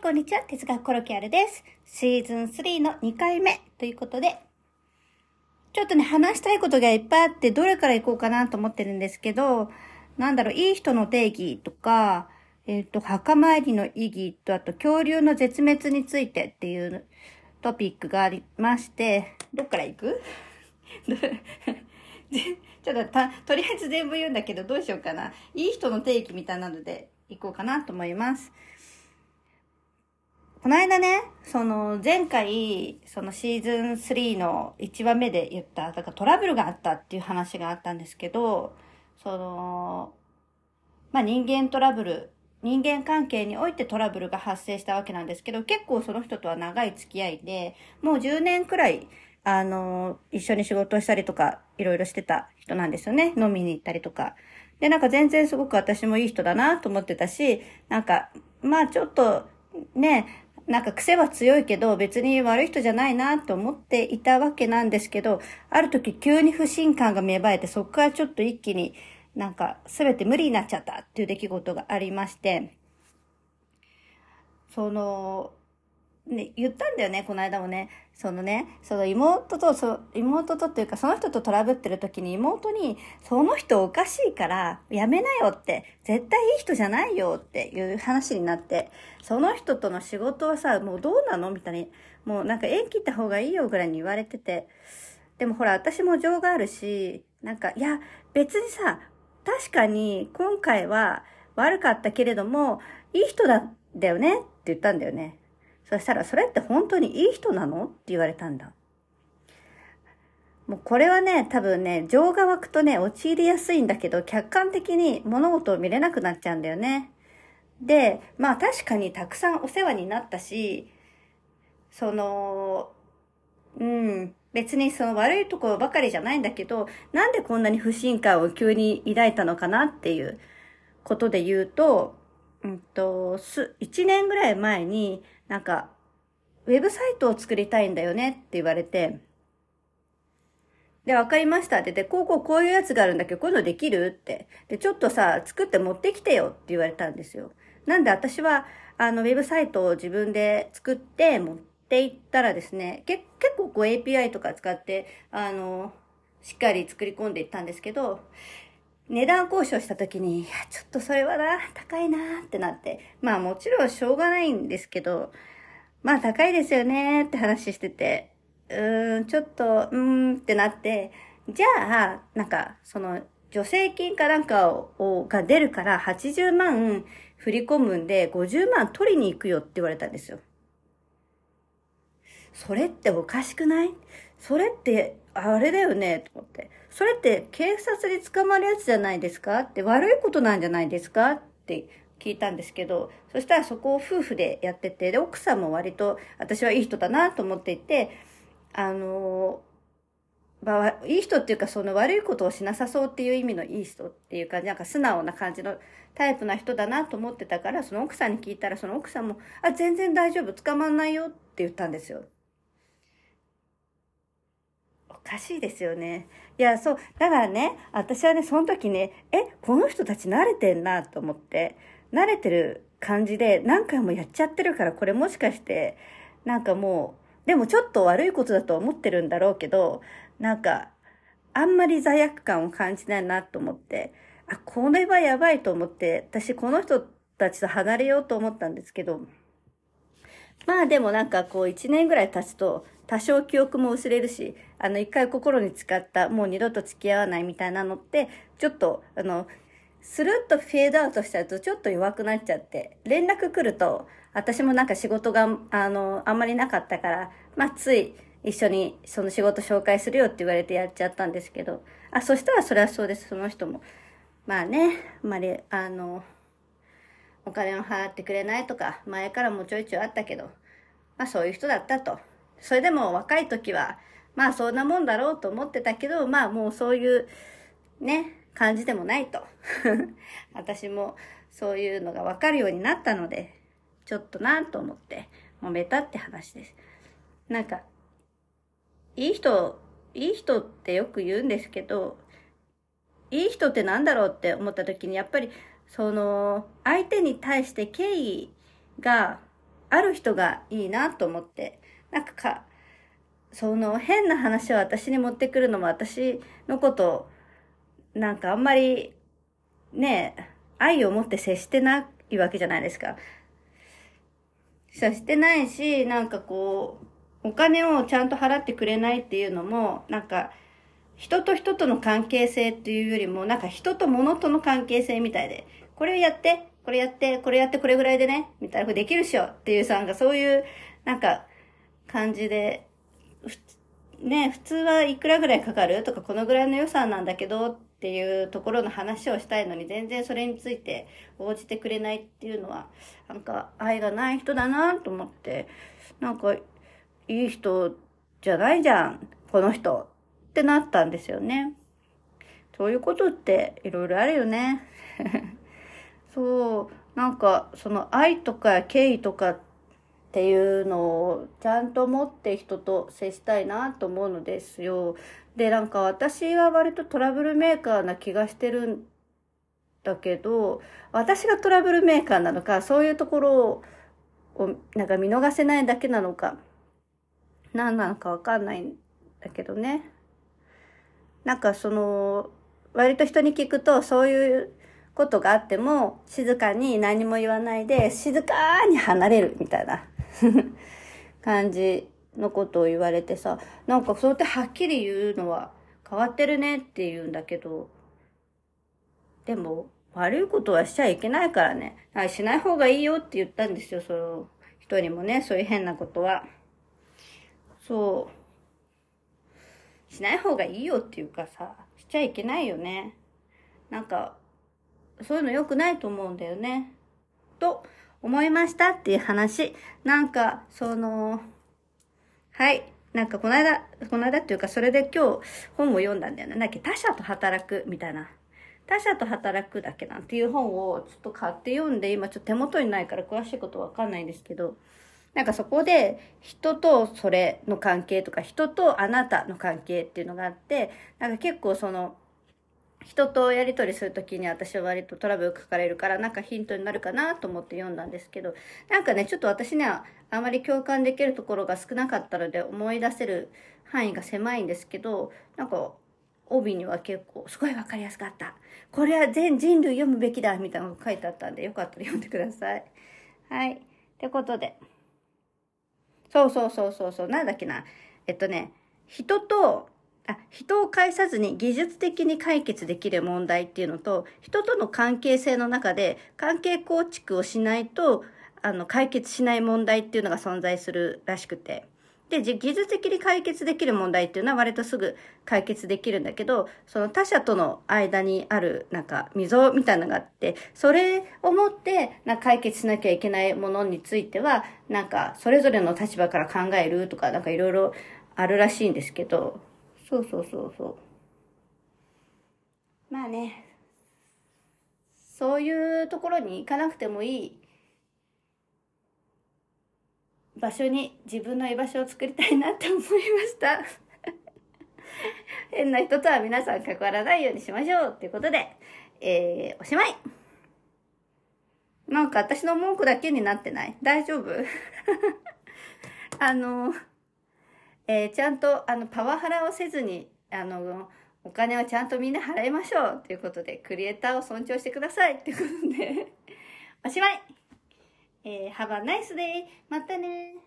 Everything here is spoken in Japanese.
こんにちは。哲学コロキャルです。シーズン3の2回目ということで、ちょっとね、話したいことがいっぱいあって、どれから行こうかなと思ってるんですけど、いい人の定義とか、墓参りの意義と、あと恐竜の絶滅についてっていうトピックがありまして、どっから行くちょっととりあえず全部言うんだけど、どうしようかな。いい人の定義みたいなので行こうかなと思います。この間ね、前回、シーズン3の1話目で言った、だからトラブルがあったっていう話があったんですけど、人間トラブル、人間関係においてトラブルが発生したわけなんですけど、結構その人とは長い付き合いで、もう10年くらい、一緒に仕事をしたりとか、いろいろしてた人なんですよね。飲みに行ったりとか。で、全然すごく私もいい人だなと思ってたし、ちょっと、ね、癖は強いけど別に悪い人じゃないなと思っていたわけなんですけど、ある時急に不信感が芽生えて、そこからちょっと一気に全て無理になっちゃったっていう出来事がありまして、言ったんだよね、この間もね。妹とっていうか、その人とトラブってる時に妹に、その人おかしいからやめなよって、絶対いい人じゃないよっていう話になって、その人との仕事はさ、もうどうなのみたいに、もう縁切った方がいいよぐらいに言われてて、でもほら、私も情があるし、いや、別にさ、確かに今回は悪かったけれども、いい人だよねって言ったんだよね。そしたら、それって本当にいい人なのって言われたんだ。もうこれはね、多分ね、情が湧くとね、陥りやすいんだけど、客観的に物事を見れなくなっちゃうんだよね。で、確かにたくさんお世話になったし、別に悪いところばかりじゃないんだけど、なんでこんなに不信感を急に抱いたのかなっていうことで言うと、1年ぐらい前に、ウェブサイトを作りたいんだよねって言われて、で、わかりましたって言って、こういうやつがあるんだけど、こういうのできるって。で、ちょっとさ、作って持ってきてよって言われたんですよ。なんで私は、ウェブサイトを自分で作って持っていったらですね、結構API とか使って、しっかり作り込んでいったんですけど、値段交渉した時に、いや、ちょっとそれはな、高いなってなって、もちろんしょうがないんですけど、高いですよねって話してて、ちょっと、ってなって、じゃあ、助成金かが出るから80万振り込むんで50万取りに行くよって言われたんですよ。それっておかしくない？それって、あれだよねと思って。それって警察に捕まるやつじゃないですかって、悪いことなんじゃないですかって聞いたんですけど、そしたらそこを夫婦でやってて、で、奥さんも割と私はいい人だなと思っていて、いい人っていうか、悪いことをしなさそうっていう意味のいい人っていうか、素直な感じのタイプな人だなと思ってたから、その奥さんに聞いたら、その奥さんも、全然大丈夫、捕まんないよって言ったんですよ。おかしいですよね。いや、そう。だからね、私はね、その時ね、この人たち慣れてんなと思って、慣れてる感じで何回もやっちゃってるから、これもしかして、でもちょっと悪いことだと思ってるんだろうけど、あんまり罪悪感を感じないなと思って、これはやばいと思って、私この人たちと離れようと思ったんですけど、でも1年ぐらい経つと、多少記憶も薄れるし、一回心に誓った、もう二度と付き合わないみたいなのって、ちょっと、スルッとフェードアウトしちゃうとちょっと弱くなっちゃって、連絡来ると、私も仕事が、あんまりなかったから、つい一緒にその仕事紹介するよって言われてやっちゃったんですけど、そしたらそれはそうです、その人も。あんまり、お金を払ってくれないとか、前からもちょいちょいあったけど、そういう人だったと。それでも若い時は、そんなもんだろうと思ってたけど、もうそういうね、感じでもないと。私もそういうのがわかるようになったので、ちょっとなと思って揉めたって話です。いい人ってよく言うんですけど、いい人ってなんだろうって思った時に、やっぱり、相手に対して敬意がある人がいいなと思って、その変な話を私に持ってくるのも私のこと、なんかあんまりね、愛を持って接してないわけじゃないですか。接してないし、なんかこう、お金をちゃんと払ってくれないっていうのも、なんか、人と人との関係性っていうよりも、なんか人と物との関係性みたいで、これをやって、これやって、これやって、これぐらいでね、みたいな、これできるっしょっていうさ、なんかそういう、なんか、感じで、ね、普通はいくらぐらいかかるとか、このぐらいの予算なんだけどっていうところの話をしたいのに、全然それについて応じてくれないっていうのは、なんか愛がない人だなと思って、なんかいい人じゃないじゃん、この人ってなったんですよね。そういうことっていろいろあるよね。そう、なんかその愛とか敬意とかっていうのをちゃんと持って人と接したいなと思うのですよ。で、なんか私は割とトラブルメーカーな気がしてるんだけど、私がトラブルメーカーなのか、そういうところをなんか見逃せないだけなのか、何なのかわかんないんだけどね。なんかその、割と人に聞くとそういうことがあっても静かに何も言わないで静かに離れるみたいな感じのことを言われてさ、なんかそうやってはっきり言うのは変わってるねって言うんだけど、でも悪いことはしちゃいけないからね。しない方がいいよって言ったんですよ、その人にもね、そういう変なことは。そう。しない方がいいよっていうかさ、しちゃいけないよね。なんか、そういうの良くないと思うんだよね。と思いましたっていう話。なんか、はい。なんかこの間っていうか、それで今日本を読んだんだよね。なんか他者と働くみたいな。他者と働くだけなんていう本をちょっと買って読んで、今ちょっと手元にないから詳しいことわかんないんですけど、なんかそこで人とそれの関係とか、人とあなたの関係っていうのがあって、なんか結構その、人とやり取りするときに私は割とトラブル書かれるから、なんかヒントになるかなと思って読んだんですけど、なんかね、ちょっと私にはあまり共感できるところが少なかったので思い出せる範囲が狭いんですけど、なんか帯には結構すごいわかりやすかった。これは全人類読むべきだみたいなのが書いてあったんで、よかったら読んでください。はい。ってことで。そう。なんだっけな。人を介さずに技術的に解決できる問題っていうのと、人との関係性の中で関係構築をしないと、解決しない問題っていうのが存在するらしくて。で、技術的に解決できる問題っていうのは割とすぐ解決できるんだけど、その他者との間にあるなんか溝みたいなのがあって、それをもって解決しなきゃいけないものについては、なんかそれぞれの立場から考えるとかなんかいろいろあるらしいんですけど、そう。まあね、そういうところに行かなくてもいい場所に自分の居場所を作りたいなって思いました。変な人とは皆さん関わらないようにしましょうっていうことで、おしまい。なんか私の文句だけになってない？大丈夫？ちゃんとパワハラをせずにお金をちゃんとみんな払いましょうということで、クリエイターを尊重してくださいということでおしまい。Have a nice day. またね。